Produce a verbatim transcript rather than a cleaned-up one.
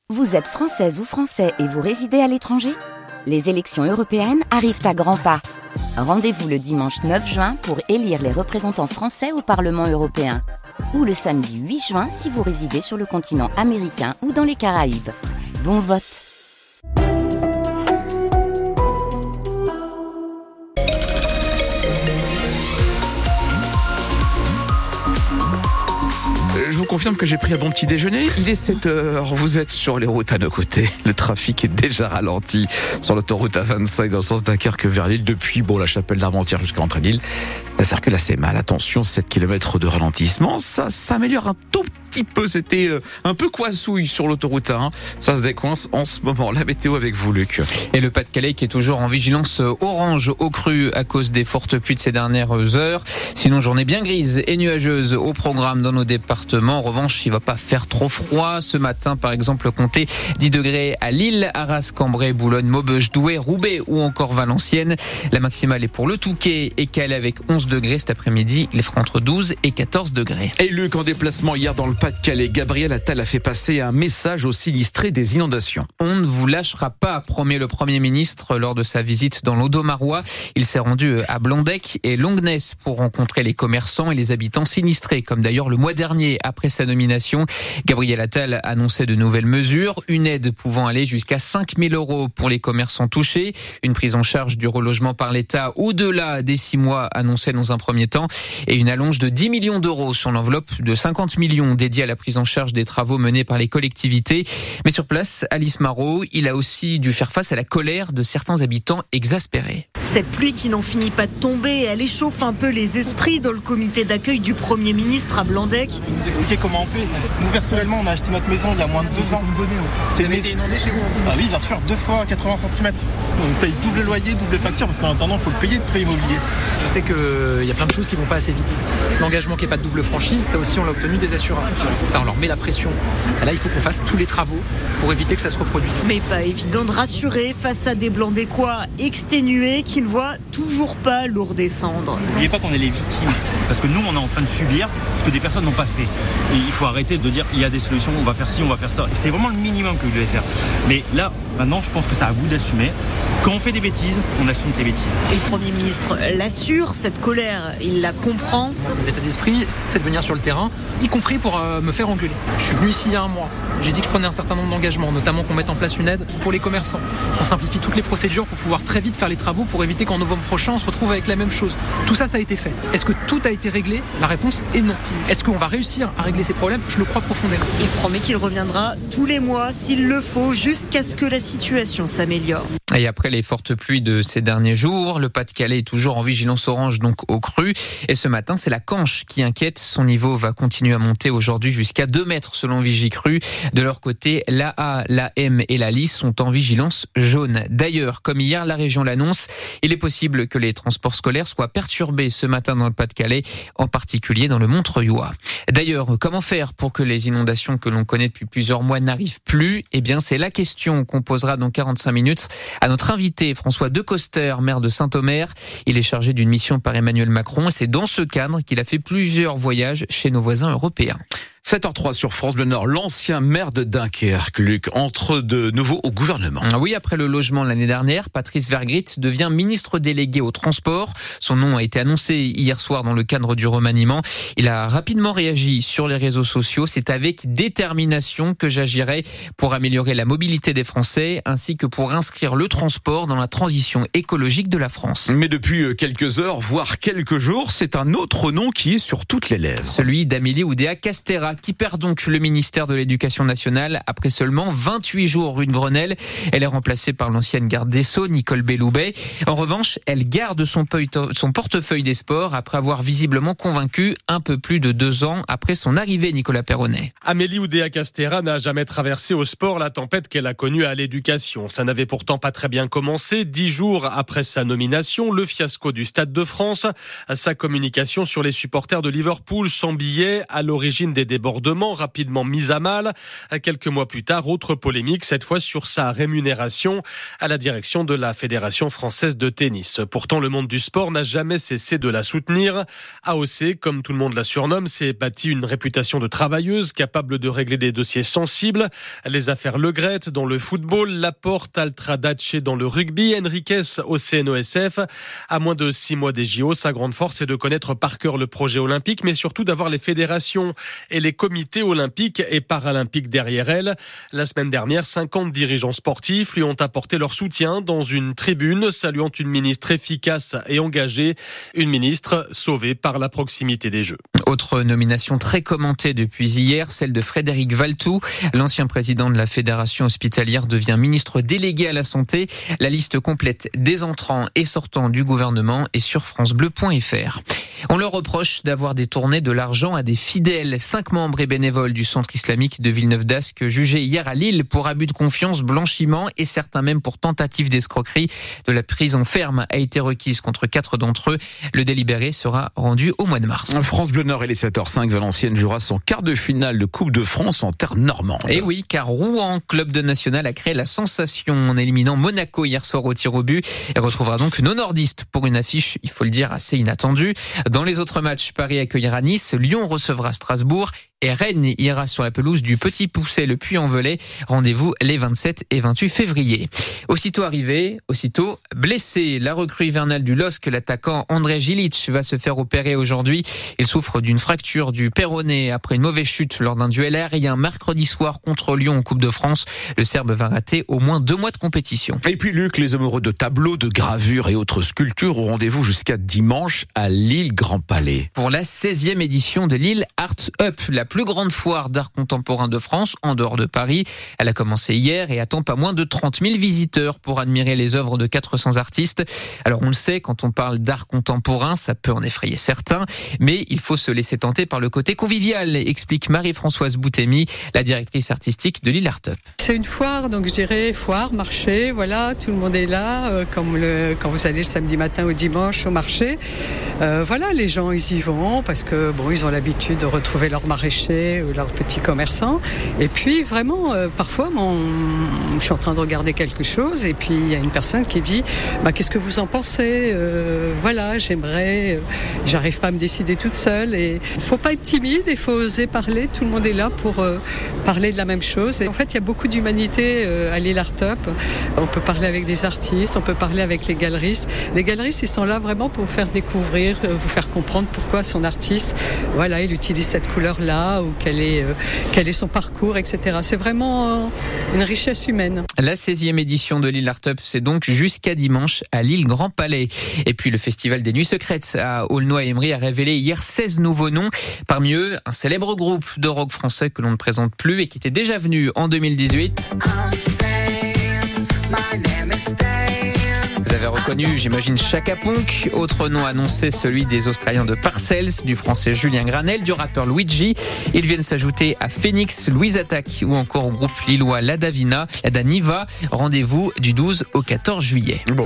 Vous êtes française ou français et vous résidez à l'étranger ? Les élections européennes arrivent à grands pas. Rendez-vous le dimanche neuf juin pour élire les représentants français au Parlement européen. Ou le samedi huit juin si vous résidez sur le continent américain ou dans les Caraïbes. Bon vote! Je vous confirme que j'ai pris un bon petit déjeuner. Il est sept heures. Vous êtes sur les routes à nos côtés. Le trafic est déjà ralenti sur l'autoroute A vingt-cinq dans le sens Dunkerque vers Lille depuis bon la Chapelle d'Armentières jusqu'à l'entrée de Lille. Ça circule assez mal. Attention, sept kilomètres de ralentissement. Ça s'améliore un tout petit peu. C'était un peu coinsouille sur l'autoroute un. Ça se décoince en ce moment. La météo avec vous, Luc. Et le Pas-de-Calais qui est toujours en vigilance orange au cru à cause des fortes pluies de ces dernières heures. Sinon, journée bien grise et nuageuse au programme dans nos départements. En revanche, il va pas faire trop froid. Ce matin, par exemple, comptez dix degrés à Lille, Arras, Cambrai, Boulogne, Maubeuge, Douai, Roubaix ou encore Valenciennes. La maximale est pour le Touquet et Calais avec onze degrés cet après-midi. Il fera entre douze et quatorze degrés. Et Luc, en déplacement hier dans le Pas-de-Calais, Gabriel Attal a fait passer un message aux sinistrés des inondations. On ne vous lâchera pas, promet le Premier ministre lors de sa visite dans l'Audomarois. Il s'est rendu à Blandec et Longnes pour rencontrer les commerçants et les habitants sinistrés, comme d'ailleurs le mois dernier après sa nomination. Gabriel Attal annonçait de nouvelles mesures, une aide pouvant aller jusqu'à cinq mille euros pour les commerçants touchés, une prise en charge du relogement par l'État au-delà des six mois annoncés dans un premier temps et une allonge de dix millions d'euros sur l'enveloppe de cinquante millions dédiée à la prise en charge des travaux menés par les collectivités. Mais sur place, Alice Marot, il a aussi dû faire face à la colère de certains habitants exaspérés. Cette pluie qui n'en finit pas de tomber, elle échauffe un peu les esprits dans le comité d'accueil du Premier ministre à Blandec. Vous expliquez comment on fait. Nous personnellement, on a acheté notre maison il y a moins de deux ans. C'est une maison inondée chez vous. Ah oui, bien sûr, deux fois quatre-vingts centimètres. On paye double loyer, double facture parce qu'en attendant, il faut le payer de prêt immobilier. Je sais qu'il y a plein de choses qui vont pas assez vite. L'engagement qui n'est pas de double franchise, ça aussi on l'a obtenu des assureurs. Ça, on leur met la pression. Là, il faut qu'on fasse tous les travaux pour éviter que ça se reproduise. Mais pas évident de rassurer face à des Blandécois exténués qui ne voient toujours pas l'eau redescendre. N'oubliez pas qu'on est les victimes, parce que nous, on est en train de subir ce que des personnes n'ont pas fait. Et il faut arrêter de dire il y a des solutions, on va faire ci, on va faire ça. C'est vraiment le minimum que vous devez faire. Mais là, maintenant, je pense que ça a à vous d'assumer. Quand on fait des bêtises, on assume ses bêtises. Et le Premier ministre l'assure, cette colère, il la comprend. L'état d'esprit, c'est de venir sur le terrain, y compris pour euh, me faire engueuler. Je suis venu ici il y a un mois. J'ai dit que je prenais un certain nombre d'engagements, notamment qu'on mette en place une aide pour les commerçants. On simplifie toutes les procédures pour pouvoir très vite faire les travaux pour éviter qu'en novembre prochain, on se retrouve avec la même chose. Tout ça, ça a été fait. Est-ce que tout a été réglé ? La réponse est non. Est-ce qu'on va réussir à régler ces problèmes ? Je le crois profondément. Il promet qu'il reviendra tous les mois, s'il le faut, jusqu'à ce que la situation s'améliore. Et après les fortes pluies de ces derniers jours, le Pas-de-Calais est toujours en vigilance orange, donc au cru. Et ce matin, c'est la Canche qui inquiète. Son niveau va continuer à monter aujourd'hui jusqu'à deux mètres selon Vigicru. De leur côté, l'A A, l'A M et la Lys sont en vigilance jaune. D'ailleurs, comme hier, la région l'annonce, il est possible que les transports scolaires soient perturbés ce matin dans le Pas-de-Calais, en particulier dans le Montreuilois. D'ailleurs, comment faire pour que les inondations que l'on connaît depuis plusieurs mois n'arrivent plus ? Eh bien, c'est la question qu'on posera dans quarante-cinq minutes à notre invité François Decoster, maire de Saint-Omer. Il est chargé d'une mission par Emmanuel Macron et c'est dans ce cadre qu'il a fait plusieurs voyages chez nos voisins européens. sept heures zéro trois sur France Bleu Nord, l'ancien maire de Dunkerque, Luc, entre de nouveau au gouvernement. Oui, après le logement l'année dernière, Patrice Vergrit devient ministre délégué au transport. Son nom a été annoncé hier soir dans le cadre du remaniement. Il a rapidement réagi sur les réseaux sociaux. C'est avec détermination que j'agirai pour améliorer la mobilité des Français ainsi que pour inscrire le transport dans la transition écologique de la France. Mais depuis quelques heures, voire quelques jours, c'est un autre nom qui est sur toutes les lèvres. Celui d'Amélie Oudéa-Castéra, qui perd donc le ministère de l'Éducation nationale après seulement vingt-huit jours rue de Grenelle. Elle est remplacée par l'ancienne garde des Sceaux, Nicole Belloubet. En revanche, elle garde son, son portefeuille des sports après avoir visiblement convaincu un peu plus de deux ans après son arrivée, Nicolas Perronnet. Amélie Oudéa-Castéra n'a jamais traversé au sport la tempête qu'elle a connue à l'éducation. Ça n'avait pourtant pas très bien commencé. Dix jours après sa nomination, le fiasco du Stade de France, sa communication sur les supporters de Liverpool, sans billets, à l'origine des débats débordements rapidement mis à mal. Quelques mois plus tard, autre polémique, cette fois sur sa rémunération à la direction de la Fédération française de tennis. Pourtant, le monde du sport n'a jamais cessé de la soutenir. A O C, comme tout le monde la surnomme, s'est bâti une réputation de travailleuse, capable de régler des dossiers sensibles. Les affaires Le Gret dans le football, Laporte, Altradace dans le rugby, Henriquez au C N O S F. À moins de six mois des J O, sa grande force est de connaître par cœur le projet olympique, mais surtout d'avoir les fédérations et les comités olympiques et paralympiques derrière elle. La semaine dernière, cinquante dirigeants sportifs lui ont apporté leur soutien dans une tribune, saluant une ministre efficace et engagée, une ministre sauvée par la proximité des Jeux. Autre nomination très commentée depuis hier, celle de Frédéric Valtou. L'ancien président de la Fédération hospitalière devient ministre délégué à la santé. La liste complète des entrants et sortants du gouvernement est sur francebleu point f r. On leur reproche d'avoir détourné de l'argent à des fidèles. Cinq membres et bénévoles du centre islamique de Villeneuve-d'Ascq jugés hier à Lille pour abus de confiance, blanchiment et certains même pour tentative d'escroquerie. De la prison ferme a été requise contre quatre d'entre eux. Le délibéré sera rendu au mois de mars. France Bleu Nord et les sept heures cinq, Valenciennes jouera son quart de finale de Coupe de France en terre normande. Et oui, car Rouen, club de national, a créé la sensation en éliminant Monaco hier soir au tir au but et retrouvera donc nos nordistes pour une affiche, il faut le dire, assez inattendue. Dans les autres matchs, Paris accueillera Nice, Lyon recevra Strasbourg et Rennes ira sur la pelouse du Petit Pousset, le Puy-en-Velay. Rendez-vous les vingt-sept et vingt-huit février. Aussitôt arrivé, aussitôt blessé, la recrue hivernale du L O S C, l'attaquant André Gilic, va se faire opérer aujourd'hui. Il souffre d'une fracture du péroné après une mauvaise chute lors d'un duel aérien mercredi soir contre Lyon en Coupe de France. Le Serbe va rater au moins deux mois de compétition. Et puis Luc, les amoureux de tableaux, de gravures et autres sculptures au rendez-vous jusqu'à dimanche à Lille Grand Palais. Pour la seizième édition de Lille Art Up, la plus grande foire d'art contemporain de France, en dehors de Paris. Elle a commencé hier et attend pas moins de trente mille visiteurs pour admirer les œuvres de quatre cents artistes. Alors on le sait, quand on parle d'art contemporain, ça peut en effrayer certains, mais il faut se laisser tenter par le côté convivial, explique Marie-Françoise Boutemi, la directrice artistique de Lille Art Up. C'est une foire, donc je dirais foire, marché, voilà, tout le monde est là, euh, comme le, quand vous allez le samedi matin ou dimanche au marché. Euh, voilà, les gens ils y vont parce que bon, ils ont l'habitude de retrouver leurs maraîchers ou leurs petits commerçants. Et puis vraiment, euh, parfois, mon, je suis en train de regarder quelque chose et puis il y a une personne qui dit bah, qu'est-ce que vous en pensez euh, Voilà, j'aimerais, euh, j'arrive pas à me décider toute seule. Et il faut pas être timide, il faut oser parler. Tout le monde est là pour euh, parler de la même chose. Et en fait, il y a beaucoup d'humanité euh, à Lille Art Up. On peut parler avec des artistes, on peut parler avec les galeristes. Les galeristes, ils sont là vraiment pour vous faire découvrir, euh, vous faire comprendre pourquoi son artiste, voilà, il utilise cette couleur-là ou quel est, euh, quel est son parcours, et cetera. C'est vraiment euh, une richesse humaine. La seizième édition de Lille Art Up, c'est donc jusqu'à dimanche à Lille Grand Palais. Et puis le Festival des Nuits Secrètes à Aulnoy-Emery a révélé hier seize nouveaux noms. Parmi eux, un célèbre groupe de rock français que l'on ne présente plus et qui était déjà venu en deux mille dix-huit. Vous avez reconnu, j'imagine, Chaka Ponk. Autre nom annoncé, celui des Australiens de Parcells, du Français Julien Granel, du rappeur Luigi. Ils viennent s'ajouter à Phoenix, Louise Attaque ou encore au groupe lillois La Davina, La Daniva. Rendez-vous du douze au quatorze juillet. Bon.